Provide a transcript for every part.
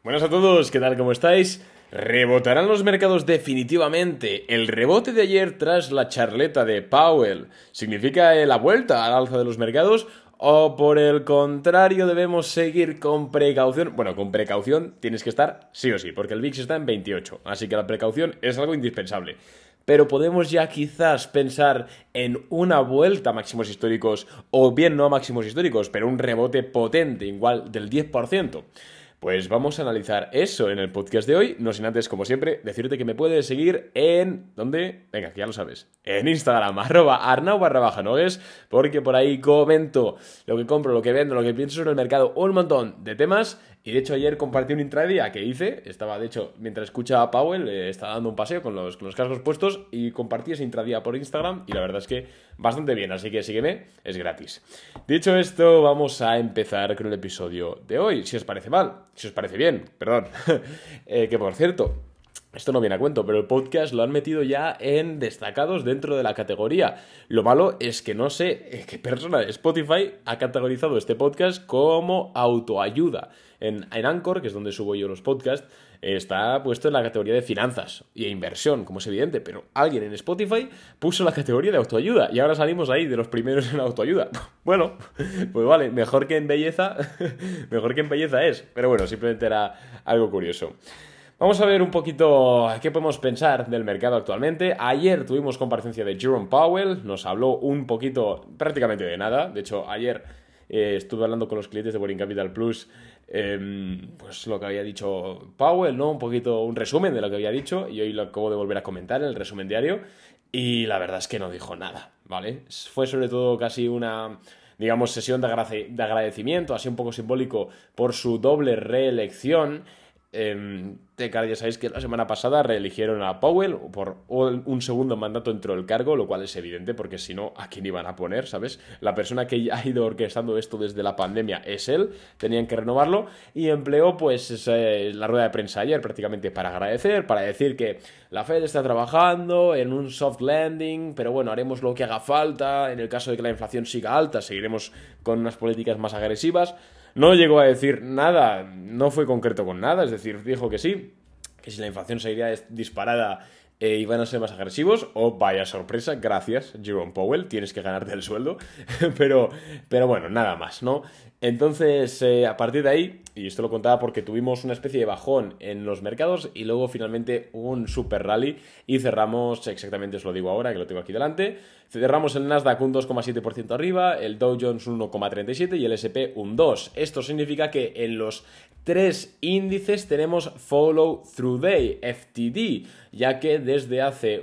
Buenas a todos, ¿qué tal? ¿Cómo estáis? ¿Rebotarán los mercados definitivamente? ¿El rebote de ayer tras la charleta de Powell significa la vuelta al alza de los mercados? ¿O por el contrario debemos seguir con precaución? Bueno, con precaución tienes que estar sí o sí, porque el VIX está en 28, así que la precaución es algo indispensable. Pero podemos ya quizás pensar en una vuelta a máximos históricos, o bien no a máximos históricos, pero un rebote potente, igual del 10%. Pues vamos a analizar eso en el podcast de hoy, no sin antes, como siempre, decirte que me puedes seguir en... ¿Dónde? Venga, que ya lo sabes. En Instagram, @arnau_nogues, porque por ahí comento lo que compro, lo que vendo, lo que pienso sobre el mercado, un montón de temas. Y de hecho ayer compartí un intradía que hice, estaba de hecho, mientras escuchaba a Powell, estaba dando un paseo con los cascos puestos y compartí ese intradía por Instagram y la verdad es que bastante bien, así que sígueme, es gratis. Dicho esto, vamos a empezar con el episodio de hoy, si os parece si os parece bien, perdón. Que por cierto, esto no viene a cuento, pero el podcast lo han metido ya en destacados dentro de la categoría. Lo malo es que no sé qué persona de Spotify ha categorizado este podcast como autoayuda. En Anchor, que es donde subo yo los podcasts, está puesto en la categoría de finanzas e inversión, como es evidente, pero alguien en Spotify puso la categoría de autoayuda y ahora salimos ahí de los primeros en autoayuda. Bueno, pues vale, mejor que en belleza es, pero bueno, simplemente era algo curioso. Vamos a ver un poquito qué podemos pensar del mercado actualmente. Ayer tuvimos comparecencia de Jerome Powell, nos habló un poquito, prácticamente de nada. De hecho, ayer estuve hablando con los clientes de Boring Capital Plus, pues lo que había dicho Powell, ¿no? Un poquito, un resumen de lo que había dicho, y hoy lo acabo de volver a comentar en el resumen diario, y la verdad es que no dijo nada, ¿vale? Fue sobre todo casi una, digamos, sesión de agradecimiento, así un poco simbólico, por su doble reelección. Ya sabéis que la semana pasada reeligieron a Powell por un segundo mandato dentro del cargo, lo cual es evidente porque si no, ¿a quién iban a poner? ¿Sabes? La persona que ha ido orquestando esto desde la pandemia es él, tenían que renovarlo y empleó pues la rueda de prensa ayer prácticamente para agradecer, para decir que la Fed está trabajando en un soft landing, pero bueno, haremos lo que haga falta, en el caso de que la inflación siga alta, seguiremos con unas políticas más agresivas. No llegó a decir nada, no fue concreto con nada, es decir, dijo que sí, que si la inflación seguiría disparada iban a ser más agresivos, vaya sorpresa, gracias Jerome Powell, tienes que ganarte el sueldo, pero bueno, nada más, ¿no? Entonces, a partir de ahí, y esto lo contaba porque tuvimos una especie de bajón en los mercados y luego finalmente un super rally y cerramos, exactamente os lo digo ahora, que lo tengo aquí delante, cerramos el Nasdaq un 2,7% arriba, el Dow Jones un 1,37% y el S&P un 2%. Esto significa que en los tres índices tenemos Follow Through Day, FTD, ya que desde hace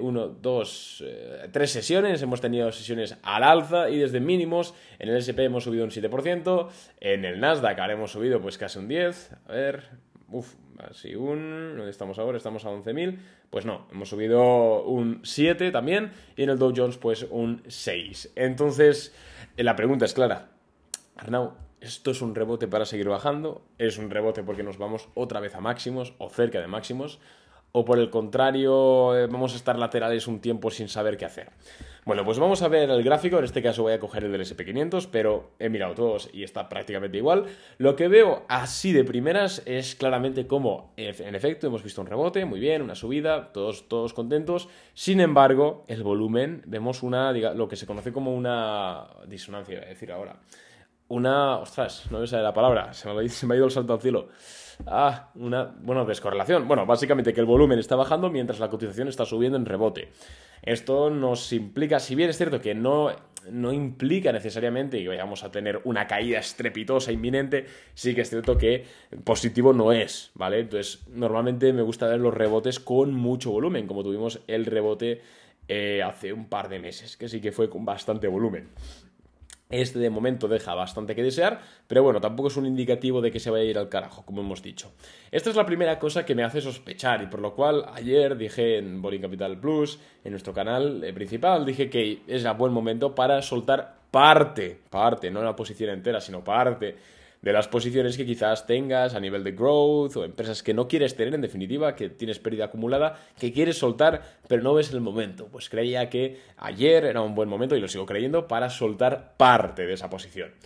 3 sesiones hemos tenido sesiones al alza y desde mínimos en el S&P hemos subido un 7%, en el Nasdaq ahora hemos subido pues casi un 10%, a ver, así ¿dónde estamos ahora? Estamos a 11.000, pues no, hemos subido un 7 también y en el Dow Jones pues un 6. Entonces, la pregunta es clara, Arnau, ¿esto es un rebote para seguir bajando? ¿Es un rebote porque nos vamos otra vez a máximos o cerca de máximos? ¿O por el contrario vamos a estar laterales un tiempo sin saber qué hacer? Bueno, pues vamos a ver el gráfico, en este caso voy a coger el del S&P 500, pero he mirado todos y está prácticamente igual. Lo que veo así de primeras es claramente cómo, en efecto, hemos visto un rebote, muy bien, una subida, todos contentos. Sin embargo, el volumen, vemos lo que se conoce como una disonancia, voy a decir ahora. Ostras, no me sale la palabra, se me ha ido el salto al cielo. Descorrelación. Bueno, básicamente que el volumen está bajando mientras la cotización está subiendo en rebote. Esto nos implica, si bien es cierto que no implica necesariamente que vayamos a tener una caída estrepitosa inminente, sí que es cierto que positivo no es, ¿vale? Entonces, normalmente me gusta ver los rebotes con mucho volumen, como tuvimos el rebote hace un par de meses, que sí que fue con bastante volumen. Este de momento deja bastante que desear, pero bueno, tampoco es un indicativo de que se vaya a ir al carajo, como hemos dicho. Esta es la primera cosa que me hace sospechar y por lo cual ayer dije en Boring Capital Plus, en nuestro canal principal, dije que es a buen momento para soltar parte, no la posición entera, sino parte de las posiciones que quizás tengas a nivel de growth o empresas que no quieres tener en definitiva, que tienes pérdida acumulada, que quieres soltar pero no ves el momento. Pues creía que ayer era un buen momento y lo sigo creyendo para soltar parte de esa posición.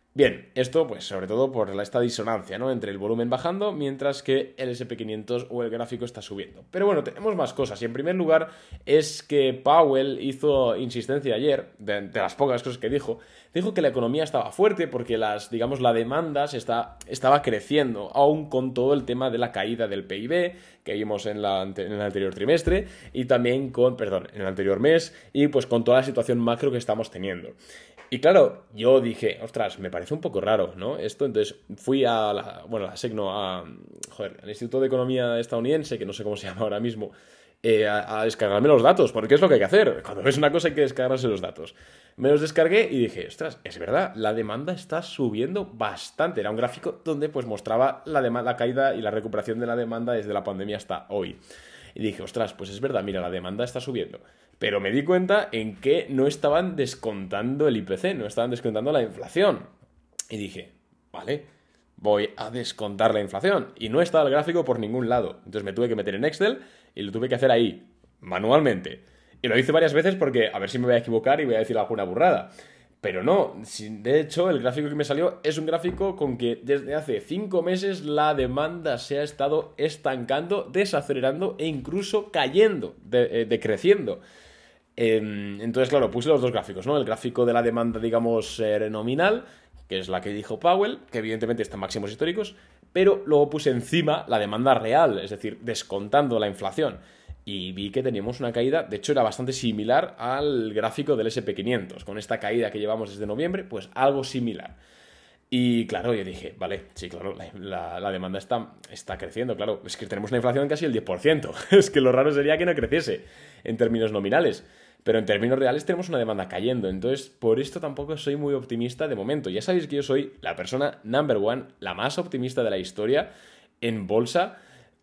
Bien, esto pues sobre todo por esta disonancia, ¿no? Entre el volumen bajando mientras que el SP500 o el gráfico está subiendo. Pero bueno, tenemos más cosas y en primer lugar es que Powell hizo insistencia ayer, de las pocas cosas que dijo que la economía estaba fuerte porque la demanda estaba creciendo, aún con todo el tema de la caída del PIB que vimos en el anterior trimestre y también en el anterior mes y pues con toda la situación macro que estamos teniendo. Y claro, yo dije, ostras, me parece un poco raro, ¿no? Esto, entonces fui a la SEC, no, al Instituto de Economía estadounidense, que no sé cómo se llama ahora mismo, a descargarme los datos, porque es lo que hay que hacer. Cuando ves una cosa hay que descargarse los datos. Me los descargué y dije, ostras, es verdad, la demanda está subiendo bastante. Era un gráfico donde pues mostraba la caída y la recuperación de la demanda desde la pandemia hasta hoy. Y dije, ostras, pues es verdad, mira, la demanda está subiendo. Pero me di cuenta en que no estaban descontando el IPC, no estaban descontando la inflación. Y dije, vale, voy a descontar la inflación. Y no estaba el gráfico por ningún lado. Entonces me tuve que meter en Excel y lo tuve que hacer ahí, manualmente. Y lo hice varias veces porque a ver si me voy a equivocar y voy a decir alguna burrada. Pero no, de hecho, el gráfico que me salió es un gráfico con que desde hace 5 meses la demanda se ha estado estancando, desacelerando e incluso cayendo, decreciendo. Entonces, claro, puse los dos gráficos, ¿no? El gráfico de la demanda, digamos, nominal, que es la que dijo Powell, que evidentemente está en máximos históricos, pero luego puse encima la demanda real, es decir, descontando la inflación. Y vi que teníamos una caída, de hecho era bastante similar al gráfico del SP500, con esta caída que llevamos desde noviembre, pues algo similar. Y claro, yo dije, vale, sí, claro, la demanda está creciendo, claro, es que tenemos una inflación casi el 10%, es que lo raro sería que no creciese en términos nominales, pero en términos reales tenemos una demanda cayendo, entonces por esto tampoco soy muy optimista de momento. Ya sabéis que yo soy la persona number one, la más optimista de la historia en bolsa,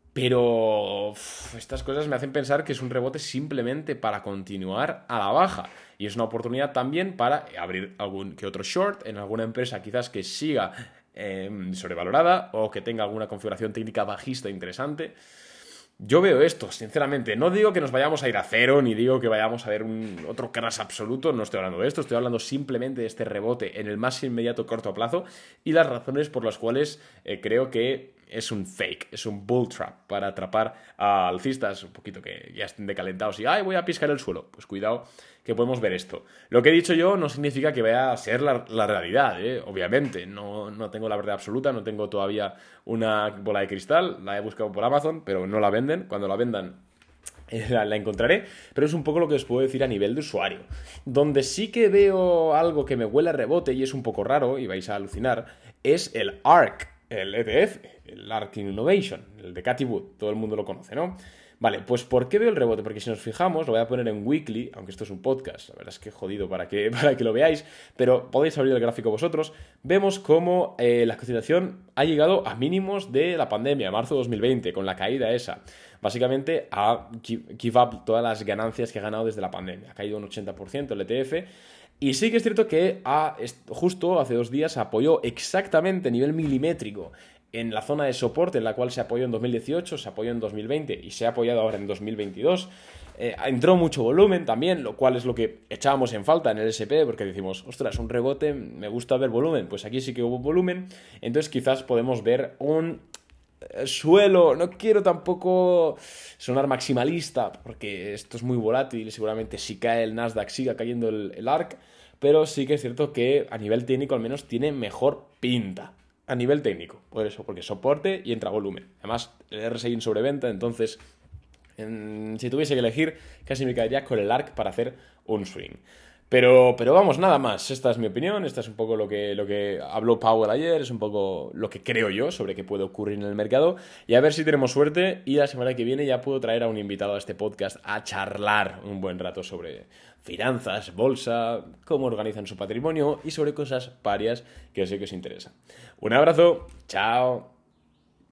pero estas cosas me hacen pensar que es un rebote simplemente para continuar a la baja. Y es una oportunidad también para abrir algún que otro short en alguna empresa quizás que siga sobrevalorada o que tenga alguna configuración técnica bajista interesante. Yo veo esto, sinceramente. No digo que nos vayamos a ir a cero, ni digo que vayamos a ver otro crash absoluto. No estoy hablando de esto, estoy hablando simplemente de este rebote en el más inmediato corto plazo y las razones por las cuales creo que es un fake, es un bull trap para atrapar a alcistas un poquito que ya estén decalentados y ¡ay, voy a piscar el suelo! Pues cuidado que podemos ver esto. Lo que he dicho yo no significa que vaya a ser la realidad, obviamente. No tengo la verdad absoluta, no tengo todavía una bola de cristal, la he buscado por Amazon, pero no la venden. Cuando la vendan la encontraré, pero es un poco lo que os puedo decir a nivel de usuario. Donde sí que veo algo que me huele a rebote y es un poco raro, y vais a alucinar, es el ARK. El ETF, el ARK Innovation, el de Cathie Wood, todo el mundo lo conoce, ¿no? Vale, pues ¿por qué veo el rebote? Porque si nos fijamos, lo voy a poner en weekly, aunque esto es un podcast, la verdad es que jodido para que lo veáis, pero podéis abrir el gráfico vosotros, vemos cómo la cotización ha llegado a mínimos de la pandemia, marzo de 2020, con la caída esa. Básicamente ha give up todas las ganancias que ha ganado desde la pandemia, ha caído un 80% el ETF. Y sí que es cierto que justo hace 2 días apoyó exactamente a nivel milimétrico en la zona de soporte en la cual se apoyó en 2018, se apoyó en 2020 y se ha apoyado ahora en 2022. Entró mucho volumen también, lo cual es lo que echábamos en falta en el SP, porque decimos, ostras, un rebote, me gusta ver volumen. Pues aquí sí que hubo volumen, entonces quizás podemos ver un suelo. No quiero tampoco sonar maximalista, porque esto es muy volátil y seguramente si cae el Nasdaq siga cayendo el ARK, pero sí que es cierto que a nivel técnico al menos tiene mejor pinta. A nivel técnico, por eso, porque soporte y entra volumen. Además, el RSI en sobreventa, entonces, si tuviese que elegir, casi me caería con el ARK para hacer un swing. Pero vamos, nada más. Esta es mi opinión, esta es un poco lo que habló Powell ayer, es un poco lo que creo yo sobre qué puede ocurrir en el mercado. Y a ver si tenemos suerte y la semana que viene ya puedo traer a un invitado a este podcast a charlar un buen rato sobre finanzas, bolsa, cómo organizan su patrimonio y sobre cosas varias que sé que os interesan. Un abrazo, chao.